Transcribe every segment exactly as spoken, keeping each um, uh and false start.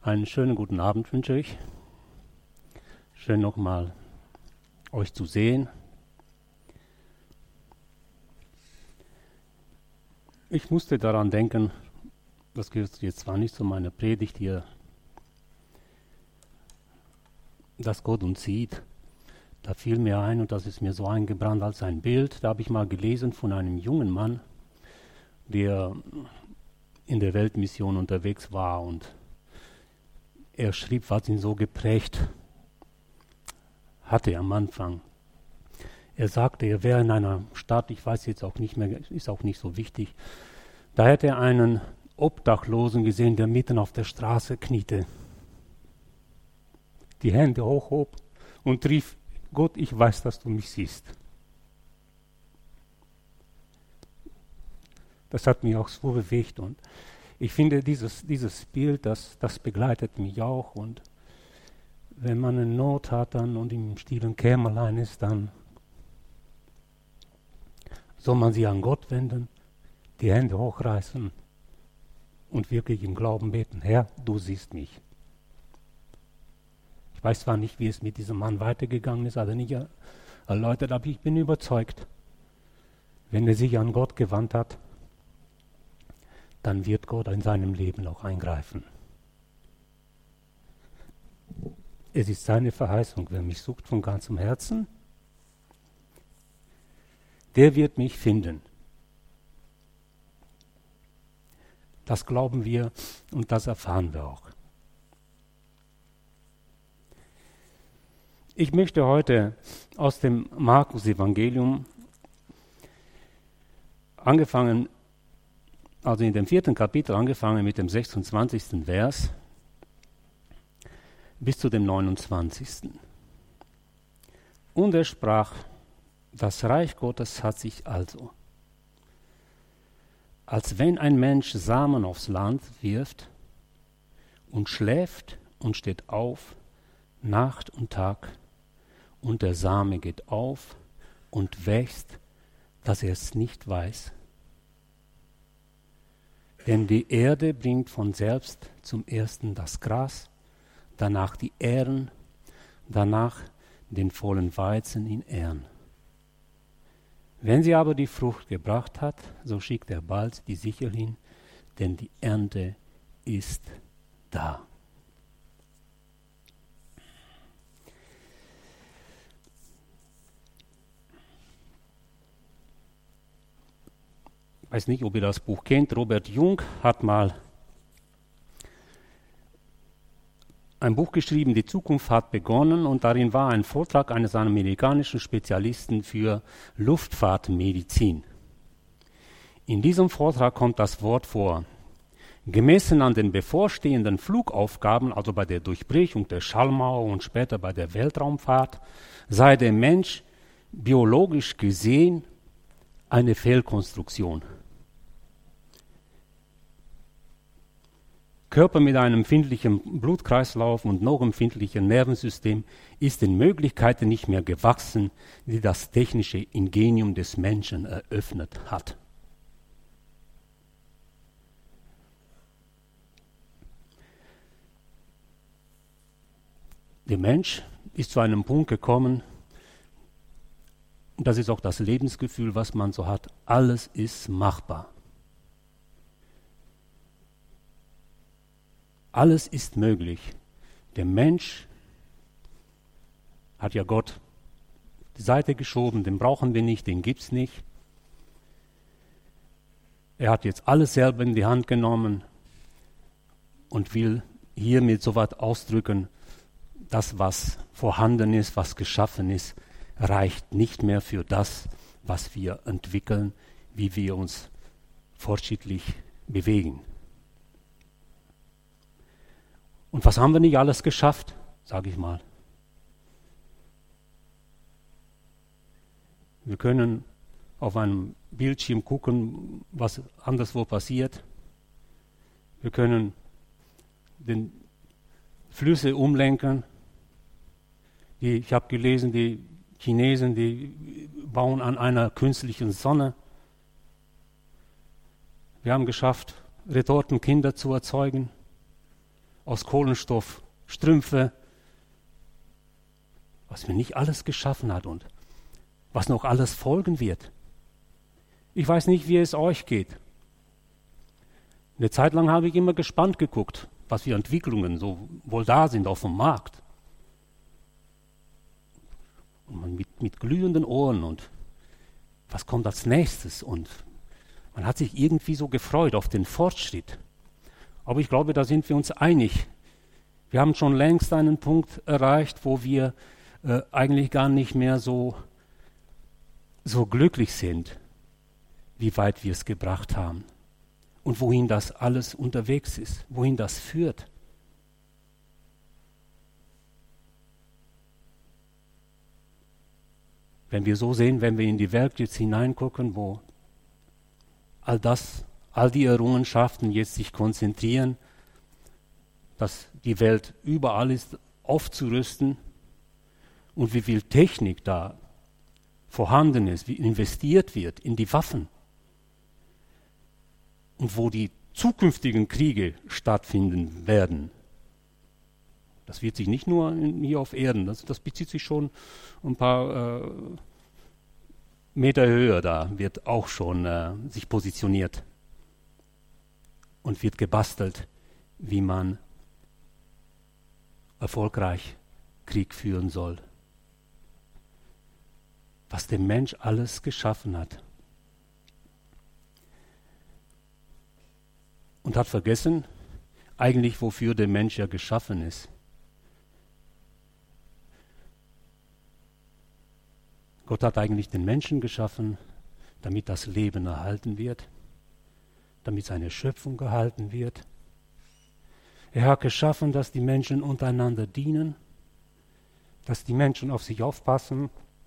Einen schönen guten Abend wünsche ich. Schön nochmal euch zu sehen. Ich musste daran denken, das gehört jetzt zwar nicht zu meiner Predigt hier, dass Gott uns sieht. Da fiel mir ein, und das ist mir so eingebrannt als ein Bild, da habe ich mal gelesen von einem jungen Mann, der in der Weltmission unterwegs war, und er schrieb, was ihn so geprägt hatte am Anfang. Er sagte, er wäre in einer Stadt, ich weiß jetzt auch nicht mehr, ist auch nicht so wichtig, da hätte er einen Obdachlosen gesehen, der mitten auf der Straße kniete, die Hände hochhob und rief: Gott, ich weiß, dass du mich siehst. Das hat mich auch so bewegt, und ich finde, dieses, dieses Bild, das, das begleitet mich auch, und wenn man eine Not hat dann und im stillen Kämmerlein ist, dann soll man sich an Gott wenden, die Hände hochreißen und wirklich im Glauben beten: Herr, du siehst mich. Ich weiß zwar nicht, wie es mit diesem Mann weitergegangen ist, also nicht erläutert, aber ich bin überzeugt, wenn er sich an Gott gewandt hat, dann wird Gott in seinem Leben auch eingreifen. Es ist seine Verheißung: Wer mich sucht von ganzem Herzen, der wird mich finden. Das glauben wir und das erfahren wir auch. Ich möchte heute aus dem Markus-Evangelium, angefangen, also in dem vierten Kapitel, angefangen mit dem sechsundzwanzigsten Vers, bis zu dem neunundzwanzigsten Und er sprach: Das Reich Gottes hat sich also, als wenn ein Mensch Samen aufs Land wirft und schläft und steht auf, Nacht und Tag, und der Same geht auf und wächst, dass er es nicht weiß. Denn die Erde bringt von selbst zum ersten das Gras, danach die Ähren, danach den vollen Weizen in Ähren. Wenn sie aber die Frucht gebracht hat, so schickt er bald die Sichel hin, denn die Ernte ist da. Ich weiß nicht, ob ihr das Buch kennt. Robert Jung hat mal ein Buch geschrieben, Die Zukunft hat begonnen, und darin war ein Vortrag eines amerikanischen Spezialisten für Luftfahrtmedizin. In diesem Vortrag kommt das Wort vor: Gemessen an den bevorstehenden Flugaufgaben, also bei der Durchbrechung der Schallmauer und später bei der Weltraumfahrt, sei der Mensch biologisch gesehen eine Fehlkonstruktion. Körper mit einem empfindlichen Blutkreislauf und noch empfindlichen Nervensystem ist den Möglichkeiten nicht mehr gewachsen, die das technische Ingenium des Menschen eröffnet hat. Der Mensch ist zu einem Punkt gekommen, und das ist auch das Lebensgefühl, was man so hat: Alles ist machbar. Alles ist möglich. Der Mensch hat ja Gott die Seite geschoben, den brauchen wir nicht, den gibt's nicht. Er hat jetzt alles selber in die Hand genommen und will hiermit so weit ausdrücken: Das, was vorhanden ist, was geschaffen ist, reicht nicht mehr für das, was wir entwickeln, wie wir uns fortschrittlich bewegen. Und was haben wir nicht alles geschafft, sage ich mal. Wir können auf einem Bildschirm gucken, was anderswo passiert. Wir können den Flüsse umlenken. Die, ich habe gelesen, die Chinesen, die bauen an einer künstlichen Sonne. Wir haben geschafft, Retortenkinder zu erzeugen. aus Kohlenstoff, Strümpfe, was mir nicht alles geschaffen hat und was noch alles folgen wird. Ich weiß nicht, wie es euch geht. Eine Zeit lang habe ich immer gespannt geguckt, was für Entwicklungen so wohl da sind auf dem Markt. Und man mit, mit glühenden Ohren und was kommt als nächstes? Und man hat sich irgendwie so gefreut auf den Fortschritt. Aber ich glaube, da sind wir uns einig. Wir haben schon längst einen Punkt erreicht, wo wir äh, eigentlich gar nicht mehr so, so glücklich sind, wie weit wir es gebracht haben und wohin das alles unterwegs ist, wohin das führt. Wenn wir so sehen, wenn wir in die Welt jetzt hineingucken, wo all das, all die Errungenschaften jetzt sich konzentrieren, dass die Welt überall ist, aufzurüsten und wie viel Technik da vorhanden ist, wie investiert wird in die Waffen und wo die zukünftigen Kriege stattfinden werden. Das wird sich nicht nur in, hier auf Erden, das, das bezieht sich schon ein paar äh, Meter höher, da wird auch schon äh, sich positioniert und wird gebastelt, wie man erfolgreich Krieg führen soll. Was der Mensch alles geschaffen hat. Und hat vergessen, eigentlich wofür der Mensch ja geschaffen ist. Gott hat eigentlich den Menschen geschaffen, damit das Leben erhalten wird, damit seine Schöpfung gehalten wird. Er hat geschaffen, dass die Menschen untereinander dienen, dass die Menschen auf sich aufpassen.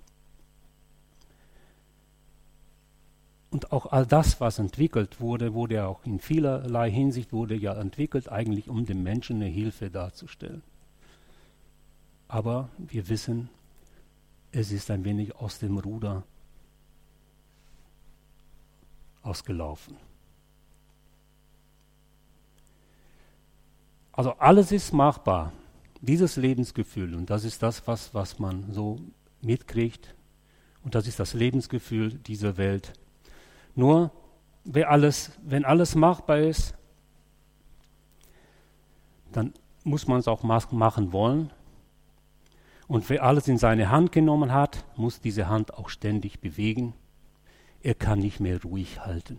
Und auch all das, was entwickelt wurde, wurde ja auch in vielerlei Hinsicht wurde ja entwickelt, eigentlich um dem Menschen eine Hilfe darzustellen. Aber wir wissen, es ist ein wenig aus dem Ruder ausgelaufen. Also alles ist machbar, dieses Lebensgefühl, und das ist das, was, was man so mitkriegt, und das ist das Lebensgefühl dieser Welt. Nur, wenn alles, wenn alles machbar ist, dann muss man es auch machen wollen. Und wer alles in seine Hand genommen hat, muss diese Hand auch ständig bewegen. Er kann nicht mehr ruhig halten.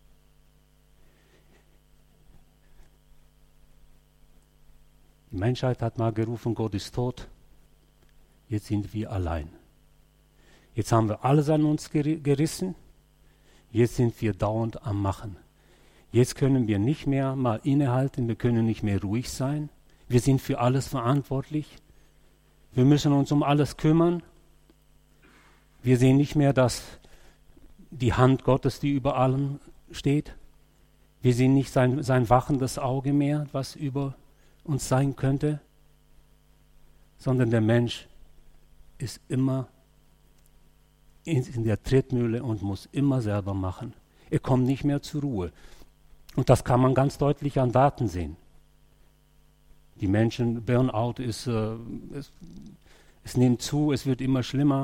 Die Menschheit hat mal gerufen, Gott ist tot. Jetzt sind wir allein. Jetzt haben wir alles an uns gerissen. Jetzt sind wir dauernd am Machen. Jetzt können wir nicht mehr mal innehalten, wir können nicht mehr ruhig sein. Wir sind für alles verantwortlich. Wir müssen uns um alles kümmern. Wir sehen nicht mehr, dass die Hand Gottes, die über allem steht. Wir sehen nicht sein, sein wachendes Auge mehr, was über uns sein könnte, sondern der Mensch ist immer in, in der Tretmühle und muss immer selber machen. Er kommt nicht mehr zur Ruhe. Und das kann man ganz deutlich an Daten sehen. Die Menschen, Burnout ist, äh, es, es nimmt zu, es wird immer schlimmer.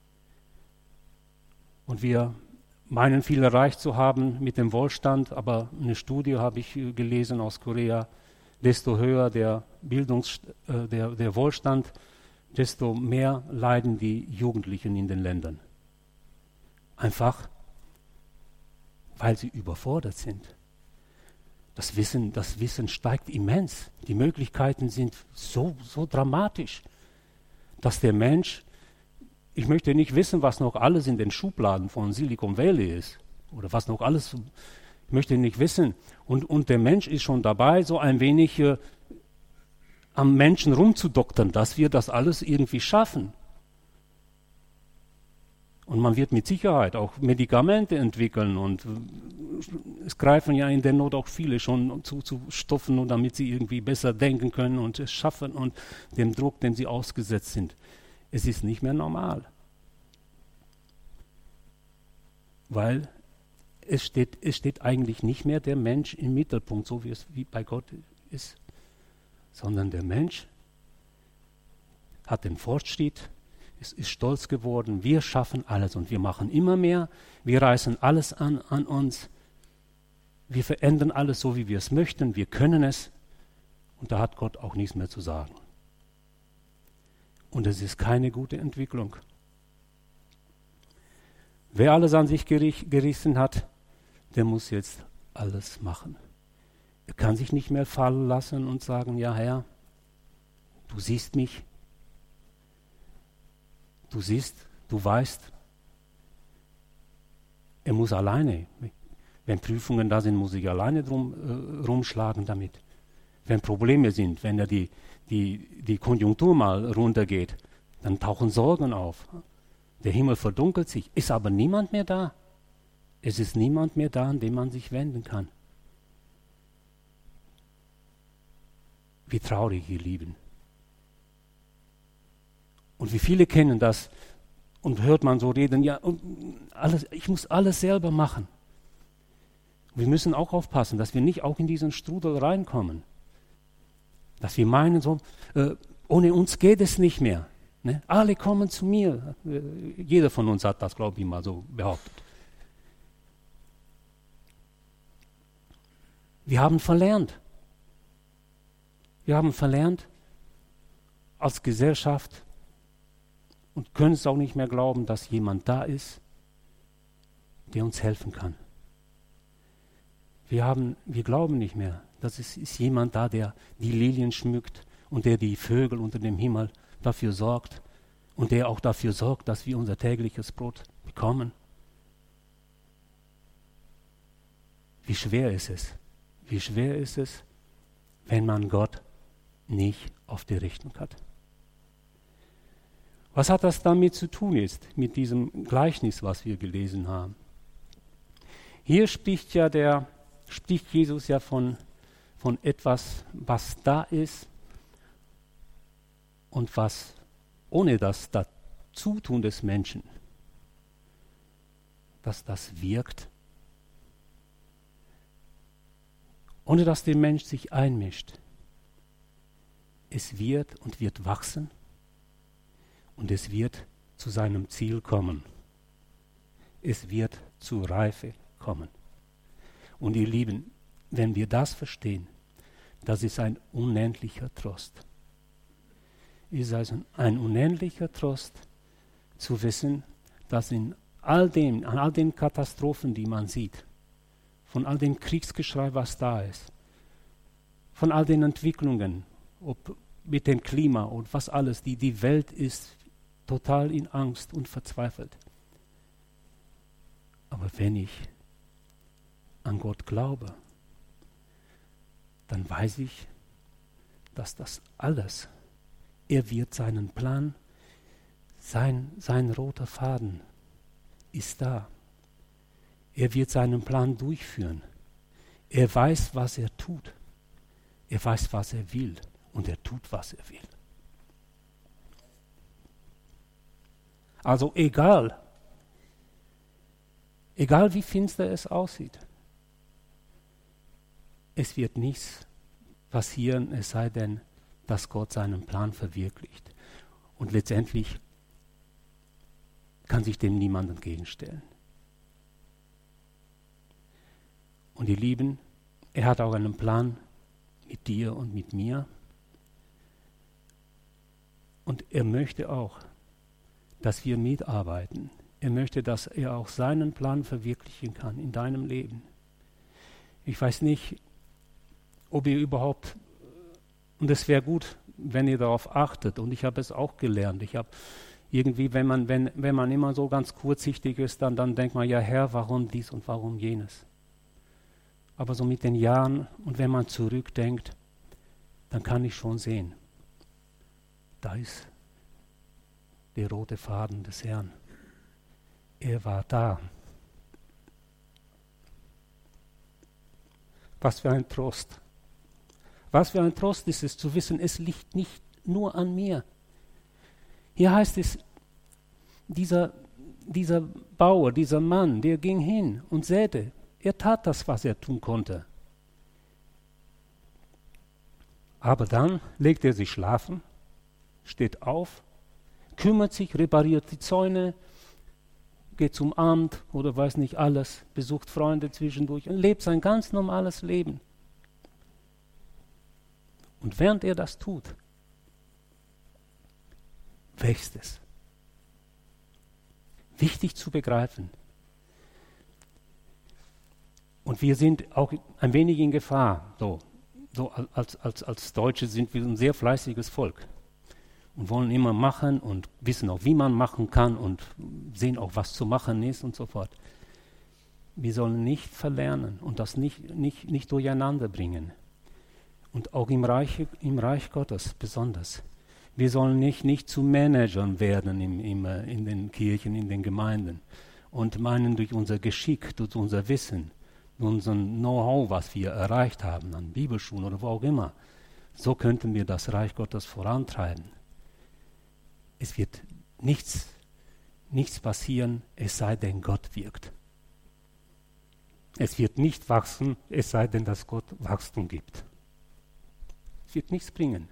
Und wir meinen viel erreicht zu haben mit dem Wohlstand, aber eine Studie habe ich äh, gelesen aus Korea, desto höher der Bildungs, äh, der, der Wohlstand, desto mehr leiden die Jugendlichen in den Ländern. Einfach, weil sie überfordert sind. Das Wissen, das Wissen steigt immens. Die Möglichkeiten sind so, so dramatisch, dass der Mensch, ich möchte nicht wissen, was noch alles in den Schubladen von Silicon Valley ist oder was noch alles, ich möchte nicht wissen. Und, und der Mensch ist schon dabei, so ein wenig äh, am Menschen rumzudoktern, dass wir das alles irgendwie schaffen. Und man wird mit Sicherheit auch Medikamente entwickeln und es greifen ja in der Not auch viele schon zu, zu Stoffen, und damit sie irgendwie besser denken können und es schaffen und dem Druck, dem sie ausgesetzt sind. Es ist nicht mehr normal. Weil es steht, es steht eigentlich nicht mehr der Mensch im Mittelpunkt, so wie es wie bei Gott ist. sondern der Mensch hat den Fortschritt, ist, ist stolz geworden, wir schaffen alles und wir machen immer mehr, wir reißen alles an, an uns, wir verändern alles so, wie wir es möchten, wir können es und da hat Gott auch nichts mehr zu sagen. Und es ist keine gute Entwicklung. Wer alles an sich gerissen hat, der muss jetzt alles machen. Er kann sich nicht mehr fallen lassen und sagen, ja Herr, du siehst mich, du siehst, du weißt. Er muss alleine, wenn Prüfungen da sind, muss ich alleine drum äh, rumschlagen damit. Wenn Probleme sind, wenn er die, die, die Konjunktur mal runtergeht, dann tauchen Sorgen auf. Der Himmel verdunkelt sich, ist aber niemand mehr da. Es ist niemand mehr da, an den man sich wenden kann. Wie traurig, ihr Lieben. Und wie viele kennen das und hört man so reden, ja, und alles, ich muss alles selber machen. Wir müssen auch aufpassen, dass wir nicht auch in diesen Strudel reinkommen. Dass wir meinen, so, äh, ohne uns geht es nicht mehr. Ne? Alle kommen zu mir. Äh, jeder von uns hat das, glaube ich, mal so behauptet. Wir haben verlernt. Wir haben verlernt als Gesellschaft und können es auch nicht mehr glauben, dass jemand da ist, der uns helfen kann. Wir, haben, wir glauben nicht mehr, dass es ist jemand da, der die Lilien schmückt und der die Vögel unter dem Himmel dafür sorgt und der auch dafür sorgt, dass wir unser tägliches Brot bekommen. Wie schwer ist es? Wie schwer ist es, wenn man Gott nicht auf die Rechnung hat? Was hat das damit zu tun jetzt, mit diesem Gleichnis, was wir gelesen haben? Hier spricht ja der, spricht Jesus ja von, von etwas, was da ist und was ohne das Dazutun des Menschen, dass das wirkt, ohne dass der Mensch sich einmischt. Es wird und wird wachsen und es wird zu seinem Ziel kommen. Es wird zur Reife kommen. Und ihr Lieben, wenn wir das verstehen, das ist ein unendlicher Trost. Es ist also ein unendlicher Trost zu wissen, dass in all dem, an all den Katastrophen, die man sieht, von all dem Kriegsgeschrei, was da ist, von all den Entwicklungen, ob mit dem Klima und was alles, die, die Welt ist total in Angst und verzweifelt. Aber wenn ich an Gott glaube, dann weiß ich, dass das alles, er wird seinen Plan, sein, sein roter Faden ist da. Er wird seinen Plan durchführen. Er weiß, was er tut. Er weiß, was er will. Und er tut, was er will. Also egal, egal wie finster es aussieht, es wird nichts passieren, es sei denn, dass Gott seinen Plan verwirklicht. Und letztendlich kann sich dem niemand entgegenstellen. Und ihr Lieben, er hat auch einen Plan mit dir und mit mir. Und er möchte auch, dass wir mitarbeiten. Er möchte, dass er auch seinen Plan verwirklichen kann in deinem Leben. Ich weiß nicht, ob ihr überhaupt, und es wäre gut, wenn ihr darauf achtet, und ich habe es auch gelernt. Ich habe irgendwie, wenn man, wenn, wenn man immer so ganz kurzsichtig ist, dann, dann denkt man, ja Herr, warum dies und warum jenes? Aber so mit den Jahren und wenn man zurückdenkt, dann kann ich schon sehen, da ist der rote Faden des Herrn. Er war da. Was für ein Trost. Was für ein Trost ist es zu wissen, es liegt nicht nur an mir. Hier heißt es, dieser, dieser Bauer, dieser Mann, der ging hin und säte. Er tat das, was er tun konnte. Aber dann legt er sich schlafen, steht auf, kümmert sich, repariert die Zäune, geht zum Amt oder weiß nicht alles, besucht Freunde zwischendurch und lebt sein ganz normales Leben. Und während er das tut, wächst es. Wichtig zu begreifen. Und wir sind auch ein wenig in Gefahr. So, so als, als, als Deutsche sind wir ein sehr fleißiges Volk und wollen immer machen und wissen auch, wie man machen kann und sehen auch, was zu machen ist und so fort. Wir sollen nicht verlernen und das nicht, nicht, nicht durcheinander bringen. Und auch im Reich, im Reich Gottes besonders. Wir sollen nicht, nicht zu Managern werden im, im, in den Kirchen, in den Gemeinden und meinen, durch unser Geschick, durch unser Wissen, unser Know-how, was wir erreicht haben an Bibelschulen oder wo auch immer, so könnten wir das Reich Gottes vorantreiben. Es wird nichts, nichts passieren, es sei denn, Gott wirkt. Es wird nicht wachsen, es sei denn, dass Gott Wachstum gibt. Es wird nichts bringen.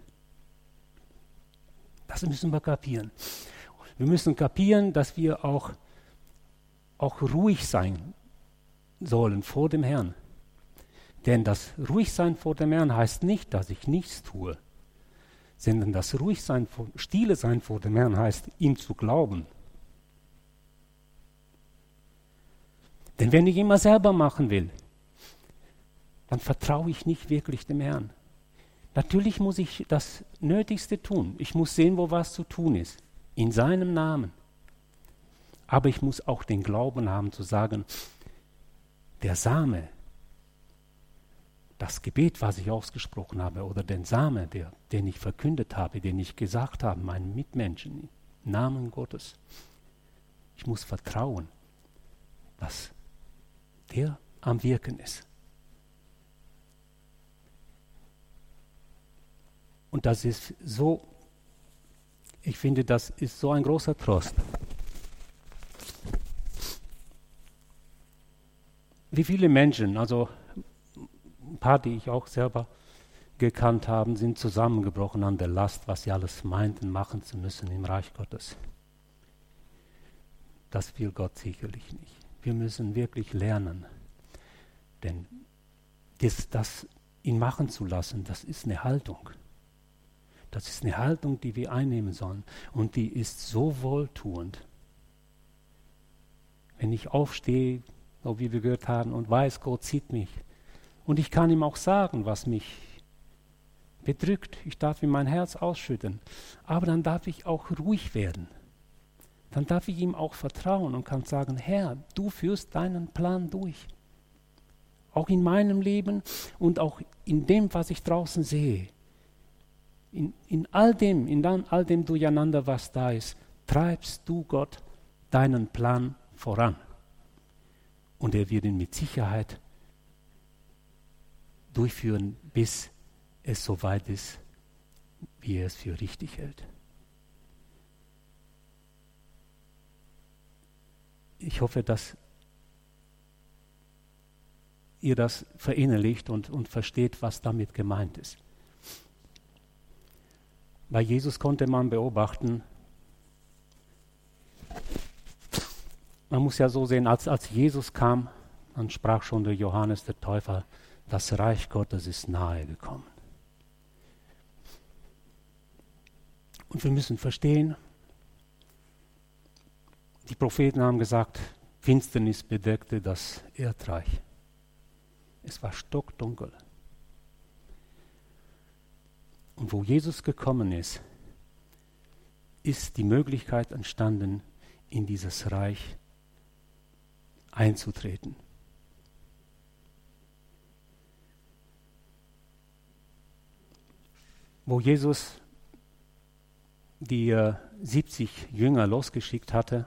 Das müssen wir kapieren. Wir müssen kapieren, dass wir auch, auch ruhig sein sollen vor dem Herrn. Denn das Ruhigsein vor dem Herrn heißt nicht, dass ich nichts tue, sondern das Ruhigsein, Stille sein vor dem Herrn heißt, ihm zu glauben. Denn wenn ich immer selber machen will, dann vertraue ich nicht wirklich dem Herrn. Natürlich muss ich das Nötigste tun. Ich muss sehen, wo was zu tun ist. In seinem Namen. Aber ich muss auch den Glauben haben zu sagen, der Same, das Gebet, was ich ausgesprochen habe, oder den Same, der, den ich verkündet habe, den ich gesagt habe, meinen Mitmenschen, im Namen Gottes. Ich muss vertrauen, dass der am Wirken ist. Und das ist so, ich finde, das ist so ein großer Trost. Wie viele Menschen, also ein paar, die ich auch selber gekannt habe, sind zusammengebrochen an der Last, was sie alles meinten, machen zu müssen im Reich Gottes. Das will Gott sicherlich nicht. Wir müssen wirklich lernen, denn das, das ihn machen zu lassen, das ist eine Haltung. Das ist eine Haltung, die wir einnehmen sollen. Und die ist so wohltuend. Wenn ich aufstehe, so wie wir gehört haben, und weiß, Gott sieht mich. Und ich kann ihm auch sagen, was mich bedrückt. Ich darf ihm mein Herz ausschütten. Aber dann darf ich auch ruhig werden. Dann darf ich ihm auch vertrauen und kann sagen, Herr, du führst deinen Plan durch. Auch in meinem Leben und auch in dem, was ich draußen sehe. In, in all dem, in all dem Durcheinander, was da ist, treibst du, Gott, deinen Plan voran. Und er wird ihn mit Sicherheit durchführen, bis es so weit ist, wie er es für richtig hält. Ich hoffe, dass ihr das verinnerlicht und, und versteht, was damit gemeint ist. Bei Jesus konnte man beobachten, man muss ja so sehen, als, als Jesus kam, dann sprach schon der Johannes der Täufer, das Reich Gottes ist nahe gekommen. Und wir müssen verstehen, die Propheten haben gesagt, Finsternis bedeckte das Erdreich. Es war stockdunkel. Und wo Jesus gekommen ist, ist die Möglichkeit entstanden, in dieses Reich einzutreten. Wo Jesus die äh, siebzig Jünger losgeschickt hatte,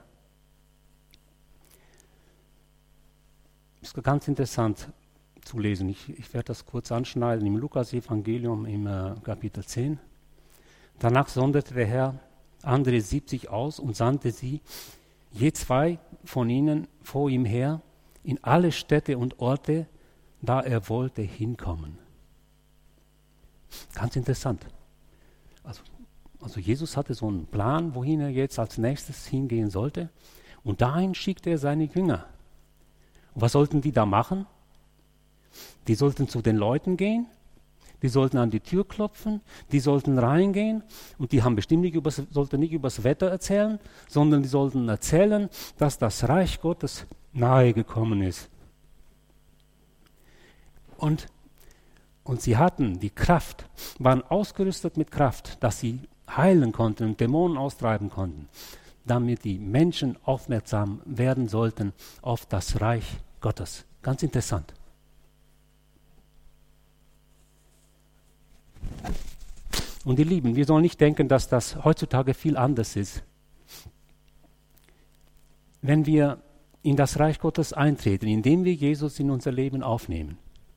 ist ganz interessant zu lesen. Ich, ich werde das kurz anschneiden im Lukas-Evangelium im äh, Kapitel zehn. Danach sonderte der Herr andere siebzig aus und sandte sie, je zwei von ihnen vor ihm her, in alle Städte und Orte, da er wollte, hinkommen. Ganz interessant. Also, also Jesus hatte so einen Plan, wohin er jetzt als nächstes hingehen sollte. Und dahin schickte er seine Jünger. Und was sollten die da machen? Die sollten zu den Leuten gehen, die sollten an die Tür klopfen, die sollten reingehen und die haben bestimmt nicht übers, sollten nicht über das Wetter erzählen, sondern die sollten erzählen, dass das Reich Gottes nahe gekommen ist. Und, und sie hatten die Kraft, waren ausgerüstet mit Kraft, dass sie heilen konnten und Dämonen austreiben konnten, damit die Menschen aufmerksam werden sollten auf das Reich Gottes. Ganz interessant. Und ihr Lieben, wir sollen nicht denken, dass das heutzutage viel anders ist. Wenn wir in das Reich Gottes eintreten, indem wir Jesus in unser Leben aufnehmen,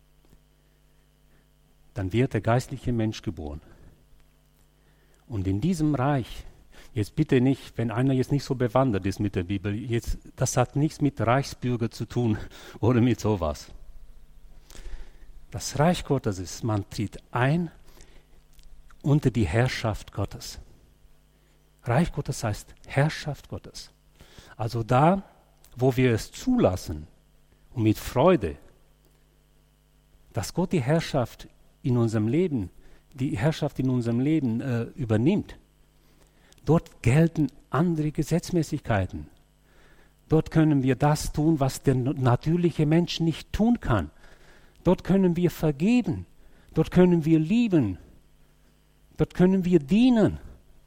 dann wird der geistliche Mensch geboren. Und in diesem Reich, jetzt bitte nicht, wenn einer jetzt nicht so bewandert ist mit der Bibel, jetzt, das hat nichts mit Reichsbürger zu tun oder mit sowas. Das Reich Gottes ist, man tritt ein unter die Herrschaft Gottes. Reich Gottes heißt Herrschaft Gottes. Also da, wo wir es zulassen und mit Freude, dass Gott die Herrschaft in unserem Leben, die Herrschaft in unserem Leben äh, übernimmt, dort gelten andere Gesetzmäßigkeiten. Dort können wir das tun, was der natürliche Mensch nicht tun kann. Dort können wir vergeben. Dort können wir lieben. Dort können wir dienen.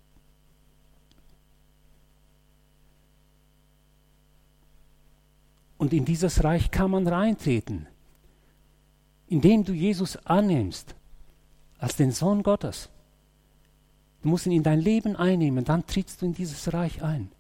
Und in dieses Reich kann man reintreten, indem du Jesus annimmst als den Sohn Gottes. Du musst ihn in dein Leben einnehmen, dann trittst du in dieses Reich ein.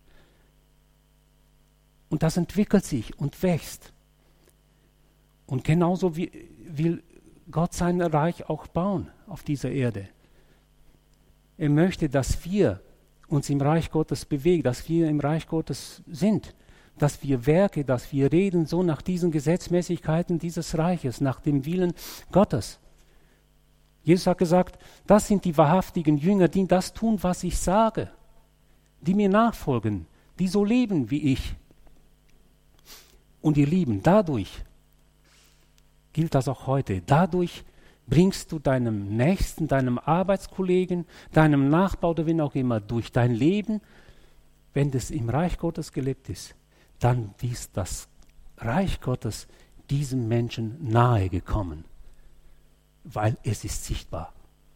Und das entwickelt sich und wächst. Und genauso wie, will Gott sein Reich auch bauen auf dieser Erde. Er möchte, dass wir uns im Reich Gottes bewegen, dass wir im Reich Gottes sind, dass wir Werke, dass wir reden so nach diesen Gesetzmäßigkeiten dieses Reiches, nach dem Willen Gottes. Jesus hat gesagt, das sind die wahrhaftigen Jünger, die das tun, was ich sage, die mir nachfolgen, die so leben wie ich. Und ihr Lieben, dadurch gilt das auch heute, dadurch bringst du deinem Nächsten, deinem Arbeitskollegen, deinem Nachbar oder wen auch immer durch dein Leben, wenn das im Reich Gottes gelebt ist, dann ist das Reich Gottes diesem Menschen nahe gekommen, weil es ist sichtbar.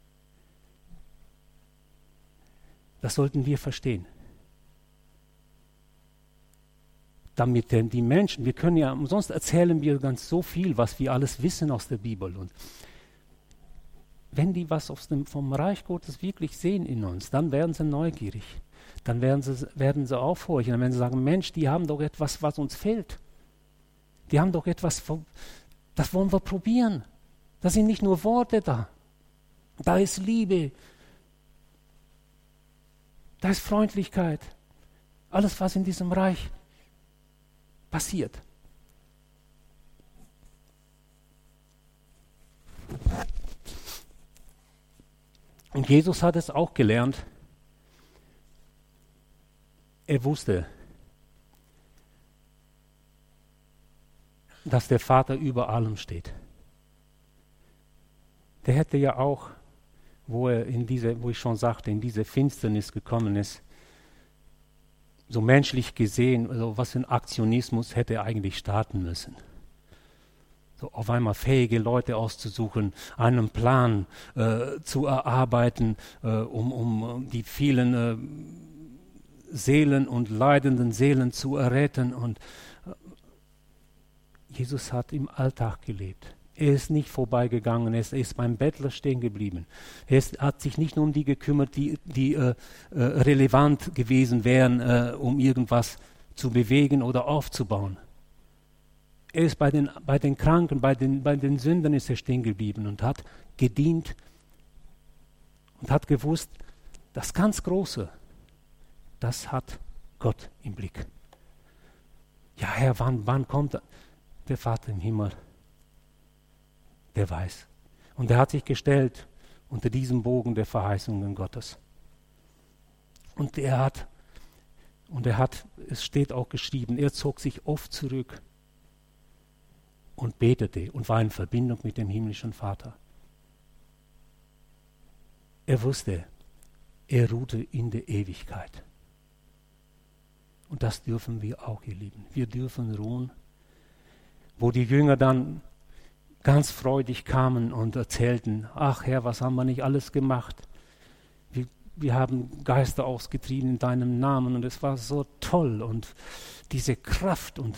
Das sollten wir verstehen. Damit denn die Menschen, wir können ja, umsonst erzählen wir ganz so viel, was wir alles wissen aus der Bibel. Und wenn die was aus dem, vom Reich Gottes wirklich sehen in uns, dann werden sie neugierig. Dann werden sie, werden sie aufhorchen. Dann werden sie sagen, Mensch, die haben doch etwas, was uns fehlt. Die haben doch etwas, das wollen wir probieren. Da sind nicht nur Worte da. Da ist Liebe. Da ist Freundlichkeit. Alles, was in diesem Reich passiert. Und Jesus hat es auch gelernt. Er wusste, dass der Vater über allem steht. Der hätte ja auch, wo er in diese, wo ich schon sagte, in diese Finsternis gekommen ist, so menschlich gesehen, also was für ein Aktionismus hätte er eigentlich starten müssen. So auf einmal fähige Leute auszusuchen, einen Plan äh, zu erarbeiten, äh, um, um die vielen äh, Seelen und leidenden Seelen zu erretten. Und äh, Jesus hat im Alltag gelebt. Er ist nicht vorbeigegangen, er ist, er ist beim Bettler stehen geblieben. Er ist, hat sich nicht nur um die gekümmert, die, die äh, äh, relevant gewesen wären, äh, um irgendwas zu bewegen oder aufzubauen. Er ist bei den, bei den Kranken, bei den, bei den Sündern ist er stehen geblieben und hat gedient und hat gewusst, das ganz Große, das hat Gott im Blick. Ja, Herr, wann, wann kommt der Vater im Himmel? Der weiß. Und er hat sich gestellt unter diesem Bogen der Verheißungen Gottes. Und er hat, und er hat, es steht auch geschrieben, er zog sich oft zurück und betete und war in Verbindung mit dem himmlischen Vater. Er wusste, er ruhte in der Ewigkeit. Und das dürfen wir auch, ihr Lieben. Wir dürfen ruhen, wo die Jünger dann ganz freudig kamen und erzählten, ach Herr, was haben wir nicht alles gemacht? Wir, wir haben Geister ausgetrieben in deinem Namen und es war so toll und diese Kraft. Und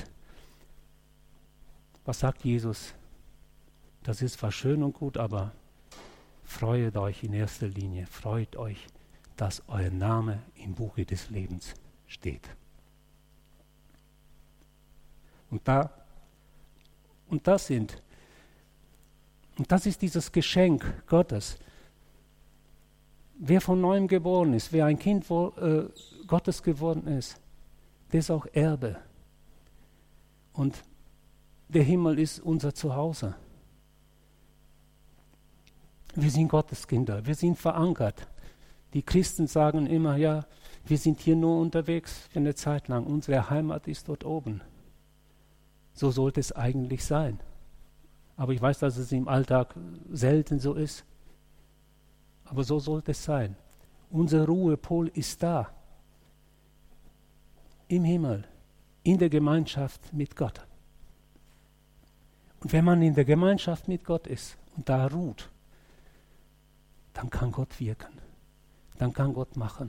was sagt Jesus? Das ist zwar schön und gut, aber freut euch in erster Linie, freut euch, dass euer Name im Buche des Lebens steht. Und da, und das sind, und das ist dieses Geschenk Gottes. Wer von neuem geboren ist, wer ein Kind wo, äh, Gottes geworden ist, der ist auch Erbe. Und der Himmel ist unser Zuhause. Wir sind Gottes Kinder, wir sind verankert. Die Christen sagen immer, ja, wir sind hier nur unterwegs für eine Zeit lang. Unsere Heimat ist dort oben. So sollte es eigentlich sein. Aber ich weiß, dass es im Alltag selten so ist. Aber so sollte es sein. Unser Ruhepol ist da. Im Himmel, in der Gemeinschaft mit Gott. Und wenn man in der Gemeinschaft mit Gott ist und da ruht, dann kann Gott wirken. Dann kann Gott machen.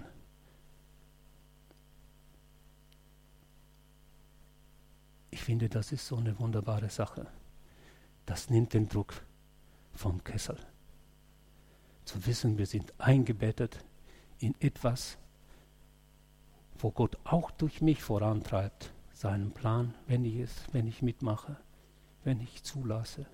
Ich finde, das ist so eine wunderbare Sache. Das nimmt den Druck vom Kessel. Zu wissen, wir sind eingebettet in etwas, wo Gott auch durch mich vorantreibt, seinen Plan, wenn ich es, wenn ich mitmache, wenn ich zulasse.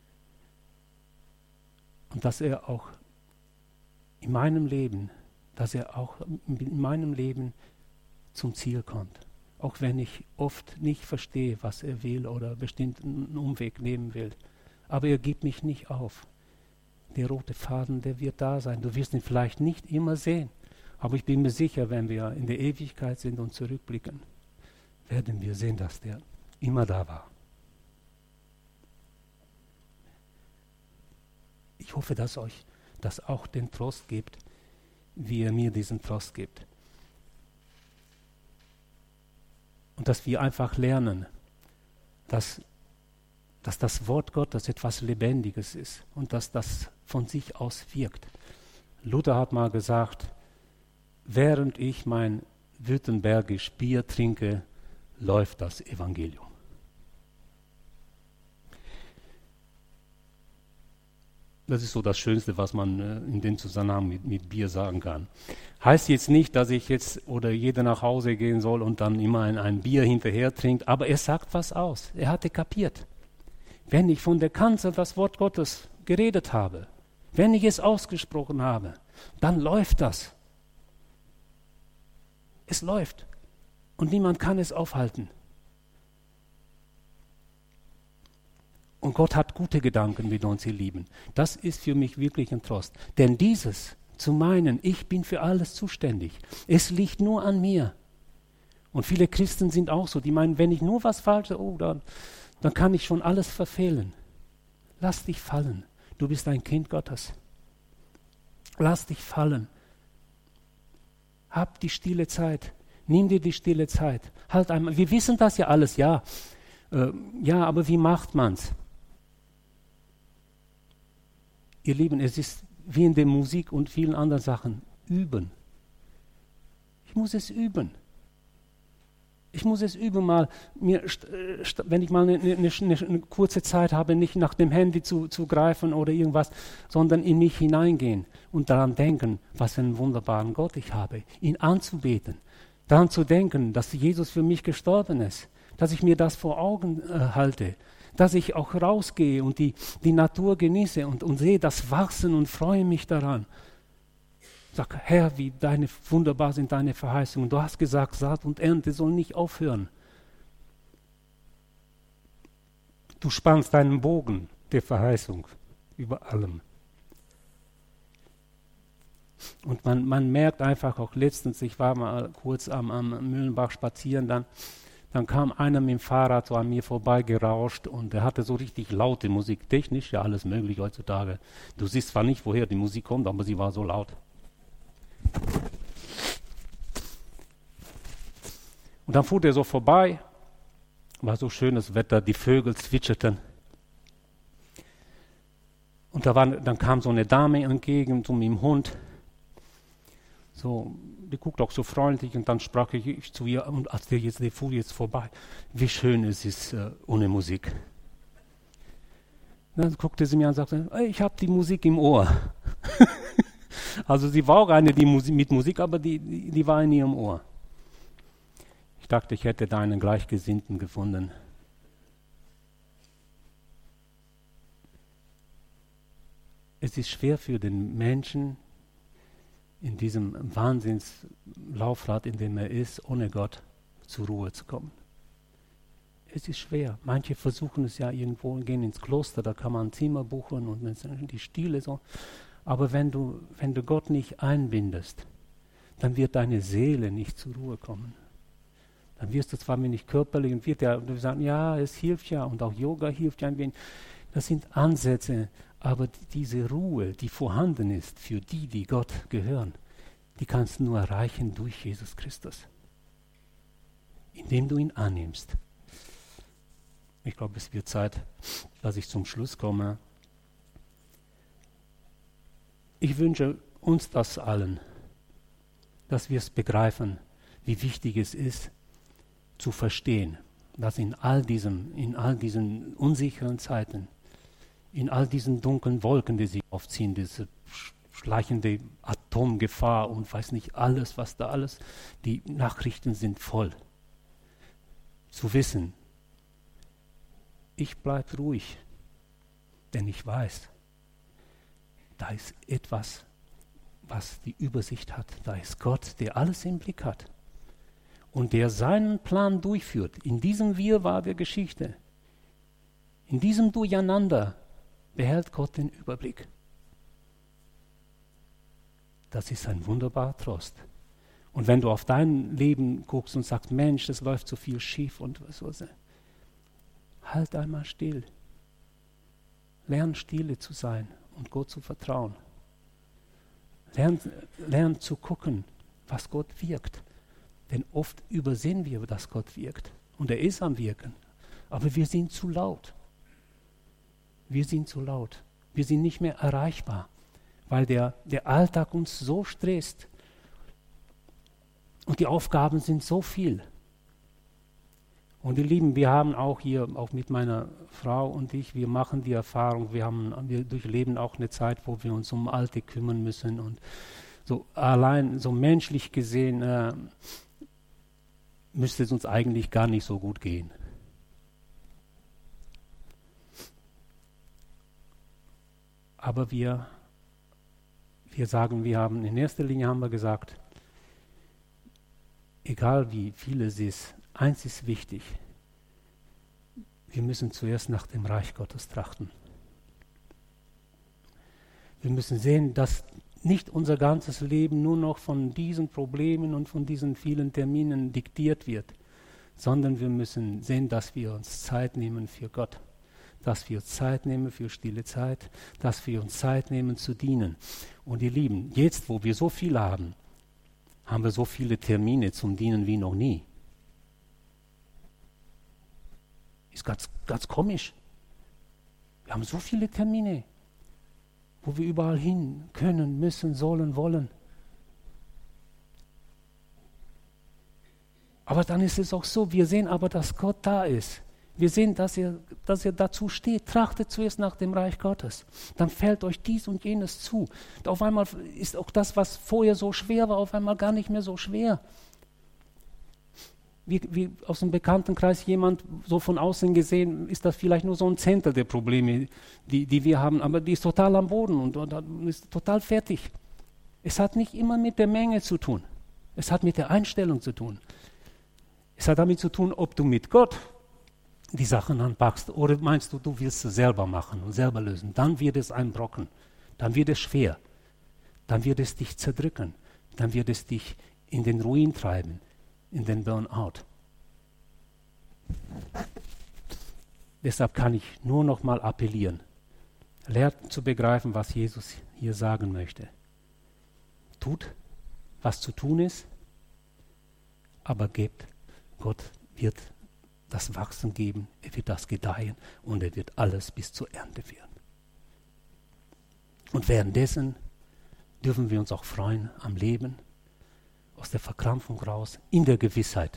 Und dass er auch in meinem Leben, dass er auch in meinem Leben zum Ziel kommt. Auch wenn ich oft nicht verstehe, was er will oder bestimmt einen Umweg nehmen will. Aber er gibt mich nicht auf. Der rote Faden, der wird da sein. Du wirst ihn vielleicht nicht immer sehen. Aber ich bin mir sicher, wenn wir in der Ewigkeit sind und zurückblicken, werden wir sehen, dass der immer da war. Ich hoffe, dass euch das auch den Trost gibt, wie er mir diesen Trost gibt. Und dass wir einfach lernen, dass, dass das Wort Gottes etwas Lebendiges ist und dass das von sich aus wirkt. Luther hat mal gesagt, während ich mein württembergisch Bier trinke, läuft das Evangelium. Das ist so das Schönste, was man äh, in dem Zusammenhang mit, mit Bier sagen kann. Heißt jetzt nicht, dass ich jetzt oder jeder nach Hause gehen soll und dann immer ein, ein Bier hinterher trinkt, aber er sagt was aus. Er hatte kapiert. Wenn ich von der Kanzel das Wort Gottes geredet habe, wenn ich es ausgesprochen habe, dann läuft das. Es läuft. Und niemand kann es aufhalten. Und Gott hat gute Gedanken mit uns, ihr Lieben. Das ist für mich wirklich ein Trost. Denn dieses zu meinen, ich bin für alles zuständig, es liegt nur an mir. Und viele Christen sind auch so, die meinen, wenn ich nur was falsche, oh, dann, dann kann ich schon alles verfehlen. Lass dich fallen. Du bist ein Kind Gottes. Lass dich fallen. Hab die stille Zeit. Nimm dir die stille Zeit. Halt einmal. Wir wissen das ja alles, ja. Äh, ja, aber wie macht man's? Ihr Lieben, es ist wie in der Musik und vielen anderen Sachen. Üben. Ich muss es üben. Ich muss es üben, mal, mir, wenn ich mal eine, eine, eine kurze Zeit habe, nicht nach dem Handy zu, zu greifen oder irgendwas, sondern in mich hineingehen und daran denken, was für einen wunderbaren Gott ich habe, ihn anzubeten, daran zu denken, dass Jesus für mich gestorben ist, dass ich mir das vor Augen äh, halte, dass ich auch rausgehe und die, die Natur genieße und, und sehe das Wachsen und freue mich daran. Sag, Herr, wie deine, wunderbar sind deine Verheißungen. Du hast gesagt, Saat und Ernte sollen nicht aufhören. Du spannst deinen Bogen der Verheißung über allem. Und man, man merkt einfach auch letztens, ich war mal kurz am, am Mühlenbach spazieren, dann, dann kam einer mit dem Fahrrad so an mir vorbei gerauscht und der hatte so richtig laute Musik, technisch ja alles möglich heutzutage. Du siehst zwar nicht, woher die Musik kommt, aber sie war so laut. Und dann fuhr der so vorbei, war so schönes Wetter, die Vögel zwitscherten. Und da war, dann kam so eine Dame entgegen, so mit dem Hund. So, die guckt auch so freundlich und dann sprach ich, ich zu ihr, und als der jetzt, der fuhr jetzt vorbei, wie schön es ist äh, ohne Musik. Dann guckte sie mir an und sagte, hey, ich habe die Musik im Ohr. Also sie war auch eine die Musik, mit Musik, aber die, die, die war in ihrem Ohr. Ich dachte, ich hätte da einen Gleichgesinnten gefunden. Es ist schwer für den Menschen, in diesem Wahnsinnslaufrad, in dem er ist, ohne Gott zur Ruhe zu kommen. Es ist schwer. Manche versuchen es ja irgendwo, gehen ins Kloster, da kann man ein Zimmer buchen und die Stile so. Aber wenn du, wenn du Gott nicht einbindest, dann wird deine Seele nicht zur Ruhe kommen. Dann wirst du zwar nicht körperlich und wird ja, und du sagst, ja, es hilft ja und auch Yoga hilft ja ein wenig. Das sind Ansätze, aber diese Ruhe, die vorhanden ist für die, die Gott gehören, die kannst du nur erreichen durch Jesus Christus, indem du ihn annimmst. Ich glaube, es wird Zeit, dass ich zum Schluss komme. Ich wünsche uns das allen, dass wir es begreifen, wie wichtig es ist, zu verstehen, dass in all diesem, in all diesen unsicheren Zeiten, in all diesen dunklen Wolken, die sich aufziehen, diese schleichende Atomgefahr und weiß nicht alles, was da alles, die Nachrichten sind voll. Zu wissen, ich bleibe ruhig, denn ich weiß, da ist etwas, was die Übersicht hat. Da ist Gott, der alles im Blick hat und der seinen Plan durchführt. In diesem Wirrwarr der Geschichte, in diesem Durcheinander behält Gott den Überblick. Das ist ein wunderbarer Trost. Und wenn du auf dein Leben guckst und sagst, Mensch, es läuft so viel schief und was weiß ich, halt einmal still. Lern stille zu sein und Gott zu vertrauen. Lern, lern zu gucken, was Gott wirkt. Denn oft übersehen wir, dass Gott wirkt. Und er ist am Wirken. Aber wir sind zu laut. Wir sind zu laut. Wir sind nicht mehr erreichbar, weil der, der Alltag uns so stresst. Und die Aufgaben sind so viel. Und ihr Lieben, wir haben auch hier, auch mit meiner Frau und ich, wir machen die Erfahrung, wir, haben, wir durchleben auch eine Zeit, wo wir uns um Alte kümmern müssen. Und so allein, so menschlich gesehen, äh, müsste es uns eigentlich gar nicht so gut gehen. Aber wir, wir sagen, wir haben, in erster Linie haben wir gesagt, egal wie viel es ist, eins ist wichtig, wir müssen zuerst nach dem Reich Gottes trachten. Wir müssen sehen, dass nicht unser ganzes Leben nur noch von diesen Problemen und von diesen vielen Terminen diktiert wird, sondern wir müssen sehen, dass wir uns Zeit nehmen für Gott, dass wir Zeit nehmen für stille Zeit, dass wir uns Zeit nehmen zu dienen. Und ihr Lieben, jetzt, wo wir so viel haben, haben wir so viele Termine zum Dienen wie noch nie. Ist ganz, ganz komisch. Wir haben so viele Termine, wo wir überall hin können, müssen, sollen, wollen. Aber dann ist es auch so, wir sehen aber, dass Gott da ist. Wir sehen, dass er, dass er dazu steht. Trachtet zuerst nach dem Reich Gottes. Dann fällt euch dies und jenes zu. Und auf einmal ist auch das, was vorher so schwer war, auf einmal gar nicht mehr so schwer. Wie, wie aus dem Bekanntenkreis jemand, so von außen gesehen, ist das vielleicht nur so ein Zehntel der Probleme, die, die wir haben. Aber die ist total am Boden und, und ist total fertig. Es hat nicht immer mit der Menge zu tun. Es hat mit der Einstellung zu tun. Es hat damit zu tun, ob du mit Gott die Sachen anpackst oder meinst du, du willst es selber machen und selber lösen. Dann wird es ein Brocken. Dann wird es schwer. dann wird es dich zerdrücken, dann wird es dich in den Ruin treiben, in den Burnout. Deshalb kann ich nur noch mal appellieren, lernt zu begreifen, was Jesus hier sagen möchte. Tut, was zu tun ist, aber gebt, Gott wird das Wachsen geben, er wird das gedeihen und er wird alles bis zur Ernte führen. Und währenddessen dürfen wir uns auch freuen am Leben, aus der Verkrampfung raus, in der Gewissheit,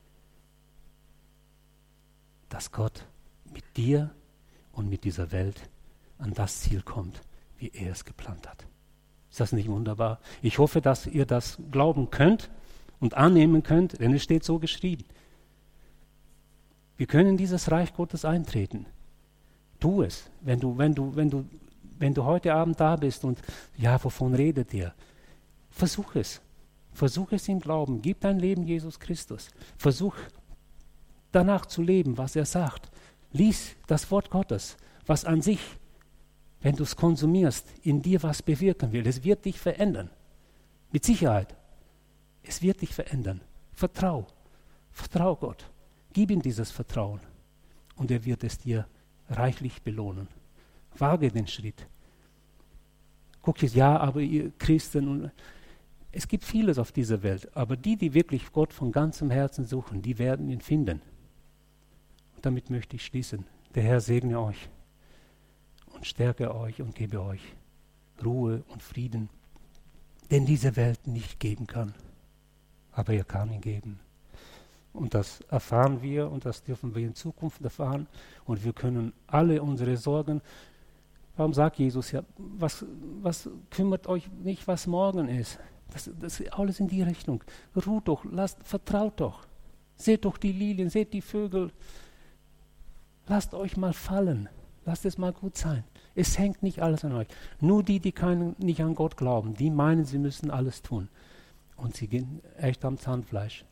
dass Gott mit dir und mit dieser Welt an das Ziel kommt, wie er es geplant hat. Ist das nicht wunderbar? Ich hoffe, dass ihr das glauben könnt und annehmen könnt, denn es steht so geschrieben. Wir können in dieses Reich Gottes eintreten. Tu es, wenn du, wenn du, wenn du, wenn du heute Abend da bist und ja, wovon redet ihr? Versuch es. Versuch es im Glauben. Gib dein Leben Jesus Christus. Versuch danach zu leben, was er sagt. Lies das Wort Gottes, was an sich, wenn du es konsumierst, in dir was bewirken will. Es wird dich verändern. Mit Sicherheit. Es wird dich verändern. Vertrau. Vertrau Gott. Gib ihm dieses Vertrauen. Und er wird es dir reichlich belohnen. Wage den Schritt. Guck jetzt, ja, aber ihr Christen, und es gibt vieles auf dieser Welt, aber die, die wirklich Gott von ganzem Herzen suchen, die werden ihn finden. Und damit möchte ich schließen. Der Herr segne euch und stärke euch und gebe euch Ruhe und Frieden, den diese Welt nicht geben kann. Aber er kann ihn geben. Und das erfahren wir und das dürfen wir in Zukunft erfahren. Und wir können alle unsere Sorgen, warum sagt Jesus ja, was, was kümmert euch nicht, was morgen ist? Das, das ist alles in die Richtung. Ruht doch, lasst, vertraut doch. Seht doch die Lilien, seht die Vögel. Lasst euch mal fallen. Lasst es mal gut sein. Es hängt nicht alles an euch. Nur die, die keinen, nicht an Gott glauben, die meinen, sie müssen alles tun. Und sie gehen echt am Zahnfleisch.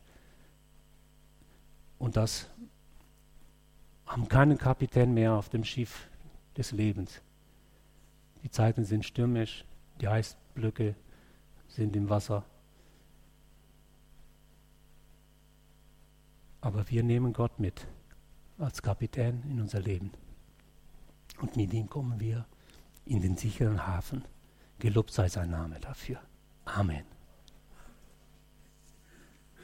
Und das haben keinen Kapitän mehr auf dem Schiff des Lebens. Die Zeiten sind stürmisch, die Eisblöcke sind im Wasser. Aber wir nehmen Gott mit als Kapitän in unser Leben. Und mit ihm kommen wir in den sicheren Hafen. Gelobt sei sein Name dafür. Amen.